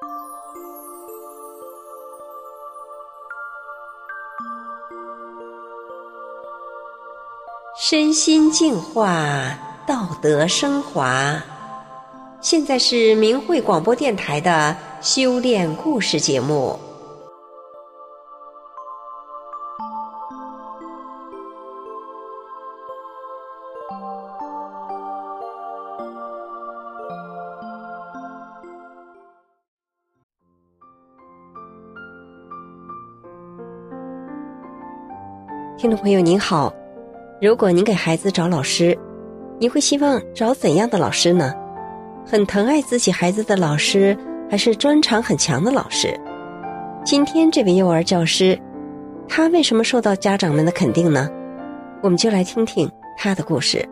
身心净化，道德升华。现在是明慧广播电台的修炼故事节目。听众朋友您好，如果您给孩子找老师，你会希望找怎样的老师呢？很疼爱自己孩子的老师，还是专长很强的老师？今天这位幼儿教师，他为什么受到家长们的肯定呢？我们就来听听他的故事。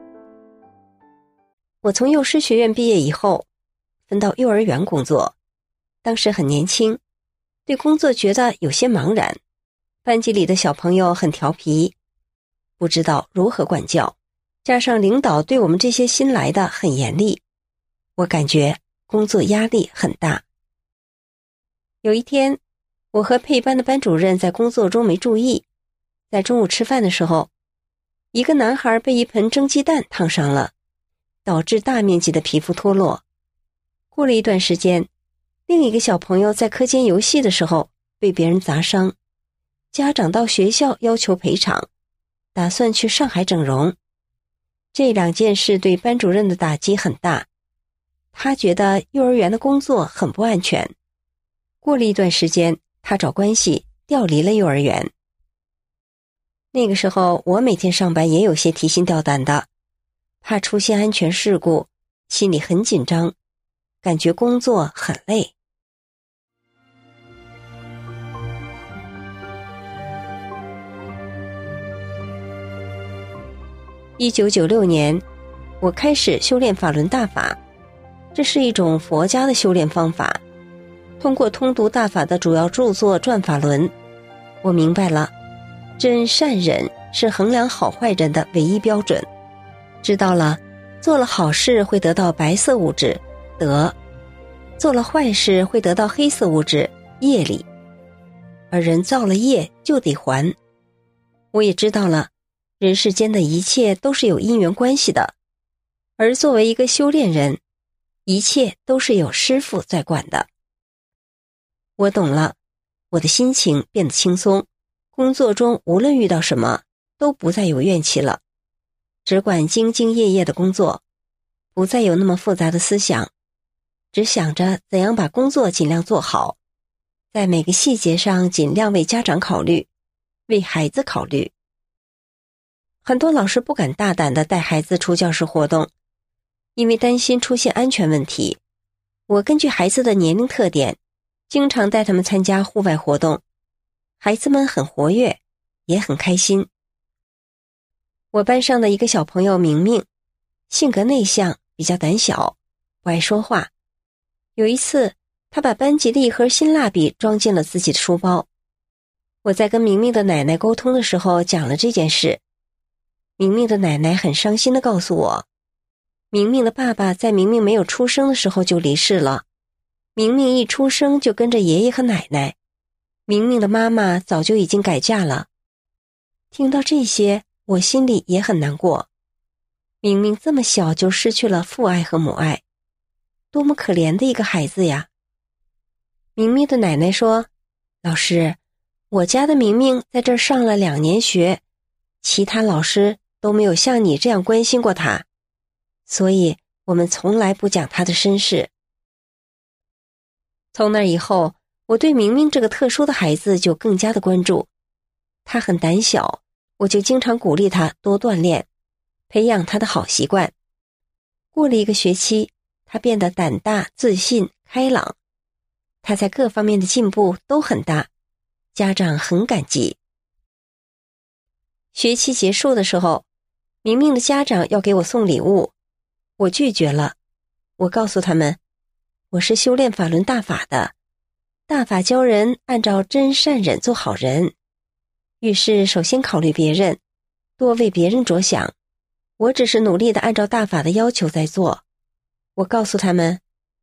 我从幼师学院毕业以后，分到幼儿园工作，当时很年轻，对工作觉得有些茫然。班级里的小朋友很调皮，不知道如何管教，加上领导对我们这些新来的很严厉，我感觉工作压力很大。有一天，我和配班的班主任在工作中没注意，在中午吃饭的时候，一个男孩被一盆蒸鸡蛋烫伤了，导致大面积的皮肤脱落。过了一段时间，另一个小朋友在课间游戏的时候被别人砸伤，家长到学校要求赔偿，打算去上海整容。这两件事对班主任的打击很大，他觉得幼儿园的工作很不安全。过了一段时间，他找关系调离了幼儿园。那个时候我每天上班也有些提心吊胆的，怕出现安全事故，心里很紧张，感觉工作很累。1996年，我开始修炼法轮大法，这是一种佛家的修炼方法。通过通读大法的主要著作《转法轮》，我明白了，真善忍是衡量好坏人的唯一标准。知道了，做了好事会得到白色物质德，做了坏事会得到黑色物质业力，而人造了业就得还。我也知道了，人世间的一切都是有因缘关系的，而作为一个修炼人，一切都是有师父在管的。我懂了，我的心情变得轻松，工作中无论遇到什么都不再有怨气了，只管兢兢业业的工作，不再有那么复杂的思想，只想着怎样把工作尽量做好，在每个细节上尽量为家长考虑，为孩子考虑。很多老师不敢大胆地带孩子出教室活动，因为担心出现安全问题。我根据孩子的年龄特点，经常带他们参加户外活动，孩子们很活跃，也很开心。我班上的一个小朋友明明，性格内向，比较胆小，不爱说话。有一次，他把班级的一盒新蜡笔装进了自己的书包。我在跟明明的奶奶沟通的时候讲了这件事。明明的奶奶很伤心地告诉我，明明的爸爸在明明没有出生的时候就离世了，明明一出生就跟着爷爷和奶奶，明明的妈妈早就已经改嫁了。听到这些，我心里也很难过。明明这么小就失去了父爱和母爱，多么可怜的一个孩子呀。明明的奶奶说，老师，我家的明明在这儿上了2年学，其他老师都没有像你这样关心过他，所以我们从来不讲他的身世。从那以后，我对明明这个特殊的孩子就更加的关注。他很胆小，我就经常鼓励他多锻炼，培养他的好习惯。过了1个学期，他变得胆大、自信、开朗，他在各方面的进步都很大，家长很感激。学期结束的时候，明明的家长要给我送礼物，我拒绝了。我告诉他们，我是修炼法轮大法的，大法教人按照真善忍做好人，遇事首先考虑别人，多为别人着想。我只是努力地按照大法的要求在做。我告诉他们，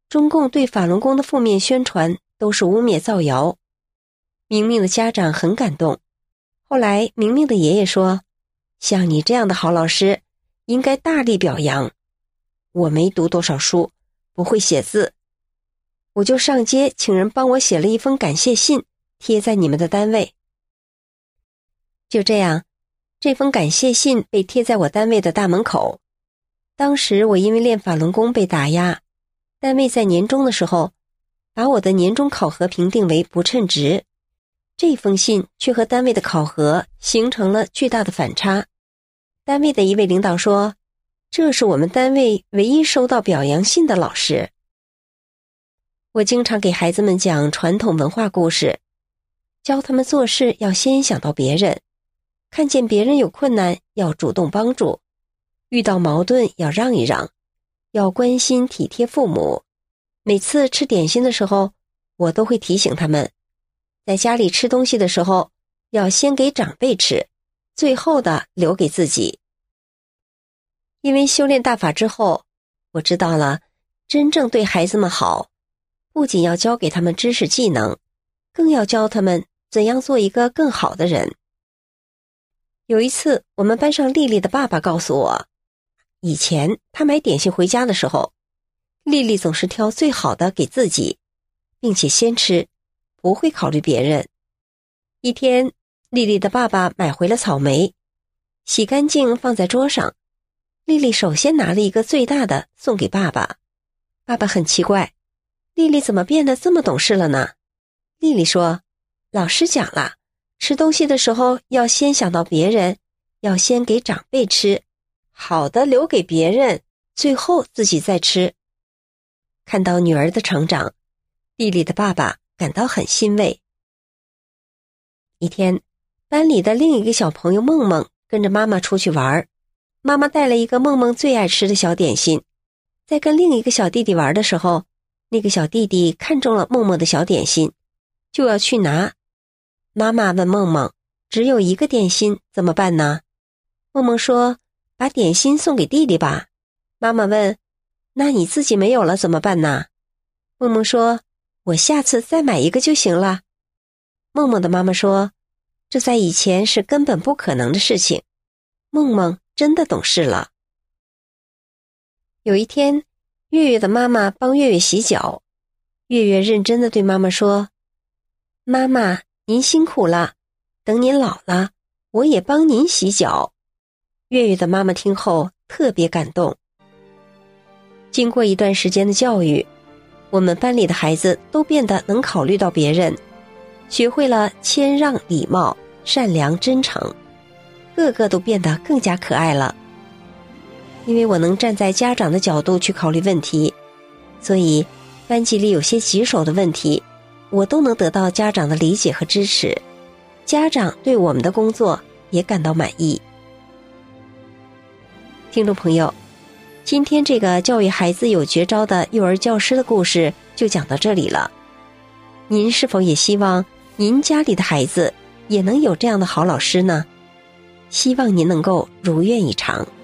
中共对法轮功的负面宣传都是污蔑造谣。明明的家长很感动，后来明明的爷爷说，像你这样的好老师应该大力表扬。我没读多少书，不会写字，我就上街请人帮我写了一封感谢信，贴在你们的单位。就这样，这封感谢信被贴在我单位的大门口。当时我因为练法轮功被打压，单位在年终的时候把我的年终考核评定为不称职，这封信却和单位的考核形成了巨大的反差。单位的一位领导说，这是我们单位唯一收到表扬信的老师。我经常给孩子们讲传统文化故事，教他们做事要先想到别人，看见别人有困难要主动帮助，遇到矛盾要让一让，要关心体贴父母。每次吃点心的时候，我都会提醒他们，在家里吃东西的时候要先给长辈吃，最后的留给自己。因为修炼大法之后，我知道了真正对孩子们好，不仅要教给他们知识技能，更要教他们怎样做一个更好的人。有一次，我们班上丽丽的爸爸告诉我，以前他买点心回家的时候，丽丽总是挑最好的给自己，并且先吃，不会考虑别人。一天，丽丽的爸爸买回了草莓，洗干净放在桌上，丽丽首先拿了一个最大的送给爸爸。爸爸很奇怪，丽丽怎么变得这么懂事了呢？丽丽说，老师讲了，吃东西的时候要先想到别人，要先给长辈吃，好的留给别人，最后自己再吃。看到女儿的成长，丽丽的爸爸感到很欣慰。一天，班里的另一个小朋友梦梦跟着妈妈出去玩，妈妈带了一个梦梦最爱吃的小点心。在跟另一个小弟弟玩的时候，那个小弟弟看中了梦梦的小点心，就要去拿。妈妈问梦梦，只有一个点心怎么办呢？梦梦说，把点心送给弟弟吧。妈妈问，那你自己没有了怎么办呢？梦梦说，我下次再买一个就行了。梦梦的妈妈说，这在以前是根本不可能的事情。梦梦真的懂事了。有一天，月月的妈妈帮月月洗脚，月月认真地对妈妈说，妈妈，您辛苦了，等您老了，我也帮您洗脚。月月的妈妈听后特别感动。经过一段时间的教育，我们班里的孩子都变得能考虑到别人，学会了谦让、礼貌、善良、真诚，个个都变得更加可爱了。因为我能站在家长的角度去考虑问题，所以班级里有些棘手的问题，我都能得到家长的理解和支持，家长对我们的工作也感到满意。听众朋友，今天这个教育孩子有绝招的幼儿教师的故事就讲到这里了。您是否也希望您家里的孩子也能有这样的好老师呢？希望您能够如愿以偿。